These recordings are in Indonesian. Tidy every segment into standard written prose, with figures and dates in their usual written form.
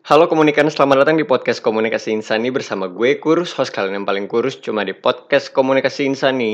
Halo komunikan, selamat datang di podcast Komunikasi Insani bersama gue Kurus, host kalian yang paling kurus cuma di podcast Komunikasi Insani.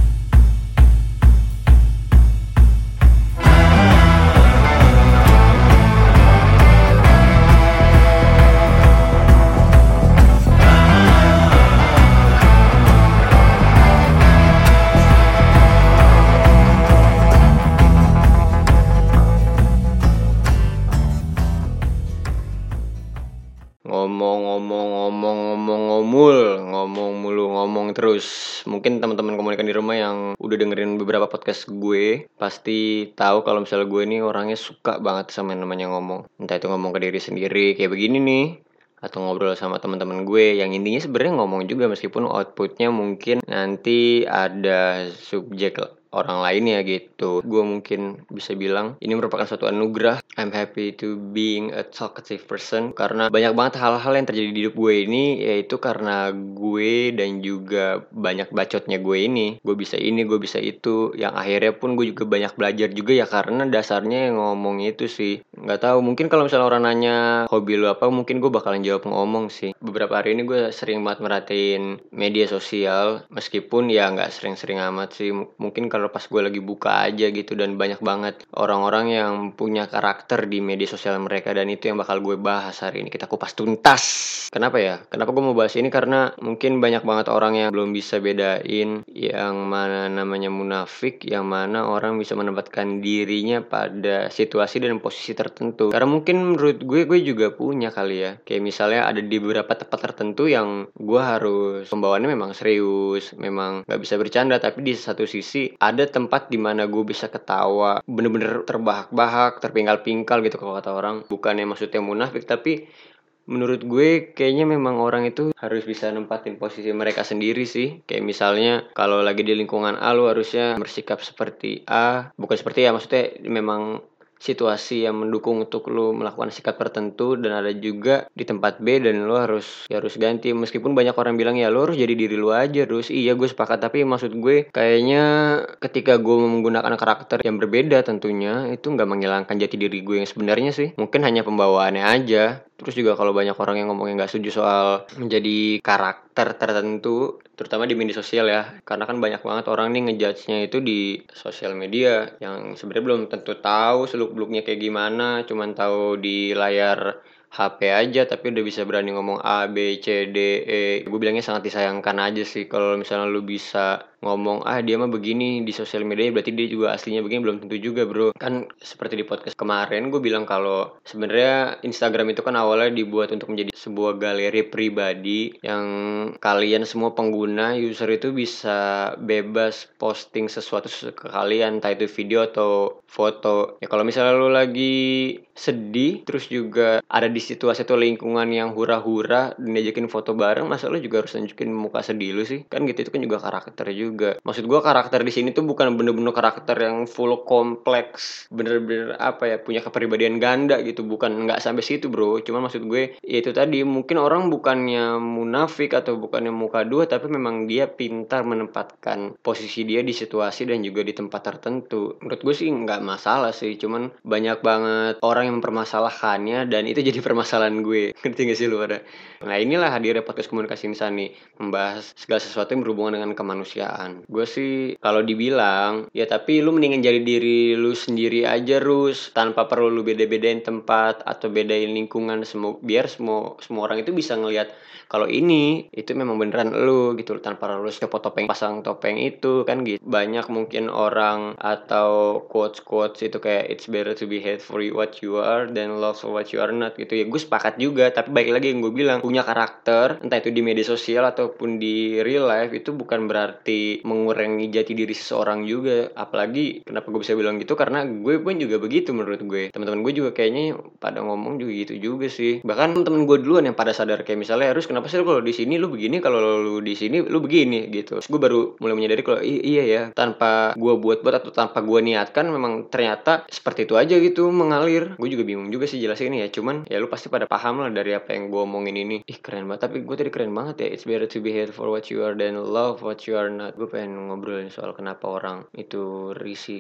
Ngomong mulu, ngomong terus. Mungkin teman-teman komunikan di rumah yang udah dengerin beberapa podcast gue pasti tahu kalau misalnya gue ini orangnya suka banget sama yang namanya ngomong. Entah itu ngomong ke diri sendiri kayak begini nih, atau ngobrol sama teman-teman gue yang intinya sebenarnya ngomong juga meskipun outputnya mungkin nanti ada subjek orang lainnya gitu. Gue mungkin bisa bilang ini merupakan suatu anugerah. I'm happy to being a talkative person karena banyak banget hal-hal yang terjadi di hidup gue ini, yaitu karena gue dan juga banyak bacotnya gue ini, gue bisa itu, yang akhirnya pun gue juga banyak belajar juga ya karena dasarnya yang ngomong itu sih. Nggak tahu, mungkin kalau misalnya orang nanya hobi lu apa, mungkin gue bakalan jawab ngomong sih. Beberapa hari ini gue sering banget merhatiin media sosial, meskipun ya nggak sering-sering amat sih. Mungkin kalau pas gue lagi buka aja gitu, dan banyak banget orang-orang yang punya karakter di media sosial mereka, dan itu yang bakal gue bahas hari ini. Kita kupas tuntas. Kenapa ya? Kenapa gue mau bahas ini? Karena mungkin banyak banget orang yang belum bisa bedain yang mana namanya munafik, yang mana orang bisa menempatkan dirinya pada situasi dan posisi tertentu. Karena mungkin menurut gue juga punya kali ya. Kayak misalnya ada di beberapa tempat tertentu yang gue harus pembawaannya memang serius, memang gak bisa bercanda, tapi di satu sisi ada tempat di mana gue bisa ketawa bener-bener terbahak-bahak, terpingkal-pingkal gitu kalau kata orang. Bukannya maksudnya munafik, tapi menurut gue kayaknya memang orang itu harus bisa nempatin posisi mereka sendiri sih. Kayak misalnya kalau lagi di lingkungan A, lu harusnya bersikap seperti A. Bukan seperti A, maksudnya memang situasi yang mendukung untuk lu melakukan sikap tertentu, dan ada juga di tempat B dan lu harus ganti. Meskipun banyak orang bilang ya lu harus jadi diri lu aja terus. Iya, gue sepakat, tapi maksud gue kayaknya ketika gue menggunakan karakter yang berbeda tentunya itu nggak menghilangkan jati diri gue yang sebenarnya sih. Mungkin hanya pembawaannya aja. Terus juga kalau banyak orang yang ngomongnya nggak setuju soal menjadi karakter tertentu, terutama di media sosial ya, karena kan banyak banget orang nih ngejudge-nya itu di sosial media yang sebenarnya belum tentu tahu seluk-beluknya kayak gimana, cuman tahu di layar HP aja tapi udah bisa berani ngomong A, B, C, D, E. Gue bilangnya sangat disayangkan aja sih kalau misalnya lu bisa ngomong dia mah begini di sosial media, berarti dia juga aslinya begini. Belum tentu juga bro. Kan seperti di podcast kemarin gue bilang kalau sebenarnya Instagram itu kan awalnya dibuat untuk menjadi sebuah galeri pribadi yang kalian semua pengguna user itu bisa bebas posting sesuatu ke kalian, entah itu video atau foto. Ya kalau misalnya lu lagi sedih terus juga ada di situasi atau lingkungan yang hura-hura dan diajakin foto bareng, masa lu juga harus nunjukin muka sedih lu sih? Kan gitu, itu kan juga karakter juga. Maksud gua karakter di sini tuh bukan bener-bener karakter yang full kompleks, bener-bener apa ya, punya kepribadian ganda gitu, bukan, nggak sampai situ bro. Cuman maksud gue ya itu tadi, mungkin orang bukannya munafik atau bukannya muka dua, tapi memang dia pintar menempatkan posisi dia di situasi dan juga di tempat tertentu. Menurut gue sih nggak masalah sih, cuman banyak banget orang yang mempermasalahkannya dan itu jadi permasalahan gue. Ngerti gak sih lu pada? Nah inilah hadirnya podcast Komunikasi Insani, membahas segala sesuatu yang berhubungan dengan kemanusiaan. Gue sih kalau dibilang ya, tapi lu mendingan jadi diri lu sendiri aja Rus, tanpa perlu lu beda-bedain tempat atau bedain lingkungan, biar semua orang itu bisa ngelihat kalau ini itu memang beneran lu gitu, tanpa harus copot topeng, pasang topeng itu kan gitu. Banyak mungkin orang atau quotes itu kayak it's better to be hate for what you are than love for what you are not gitu ya. Gue sepakat juga, tapi baik lagi yang gue bilang, punya karakter entah itu di media sosial ataupun di real life itu bukan berarti mengurangi jati diri seseorang juga. Apalagi kenapa gue bisa bilang gitu, karena gue pun juga begitu. Menurut gue teman-teman gue juga kayaknya pada ngomong juga gitu juga sih. Bahkan temen gue duluan yang pada sadar kayak misalnya, harus kenapa sih kalau di sini lu begini, kalau lu di sini lu begini gitu. Terus gue baru mulai menyadari kalau iya ya, tanpa gue buat-buat atau tanpa gue niatkan memang ternyata seperti itu aja gitu mengalir. Gue juga bingung juga sih jelasin ini ya, cuman ya lu pasti pada paham lah dari apa yang gue omongin ini. Keren banget, tapi gue tadi keren banget ya, it's better to be hate for what you are than love what you are not. Gue pengen ngobrolin soal kenapa orang itu risih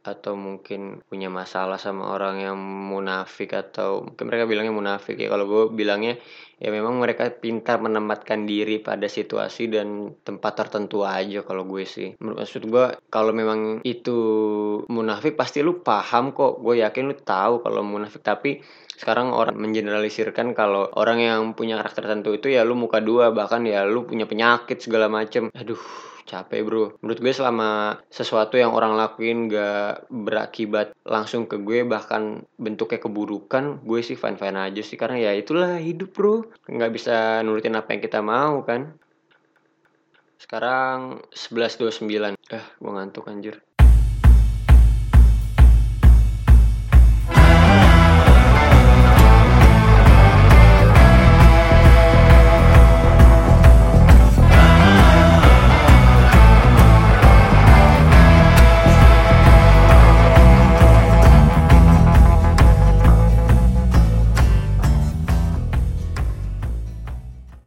atau mungkin punya masalah sama orang yang munafik, atau mungkin mereka bilangnya munafik ya, kalau gue bilangnya ya memang mereka pintar menempatkan diri pada situasi dan tempat tertentu aja kalau gue sih. Maksud gue kalau memang itu munafik pasti lu paham kok, gue yakin lu tahu kalau munafik. Tapi sekarang orang mengeneralisirkan kalau orang yang punya karakter tertentu itu ya lu muka dua, bahkan ya lu punya penyakit segala macem. Aduh, capek bro. Menurut gue selama sesuatu yang orang lakuin gak berakibat langsung ke gue, bahkan bentuknya keburukan, gue sih fine-fine aja sih. Karena ya itulah hidup bro, nggak bisa nurutin apa yang kita mau kan. Sekarang 11.29. Gue ngantuk anjir.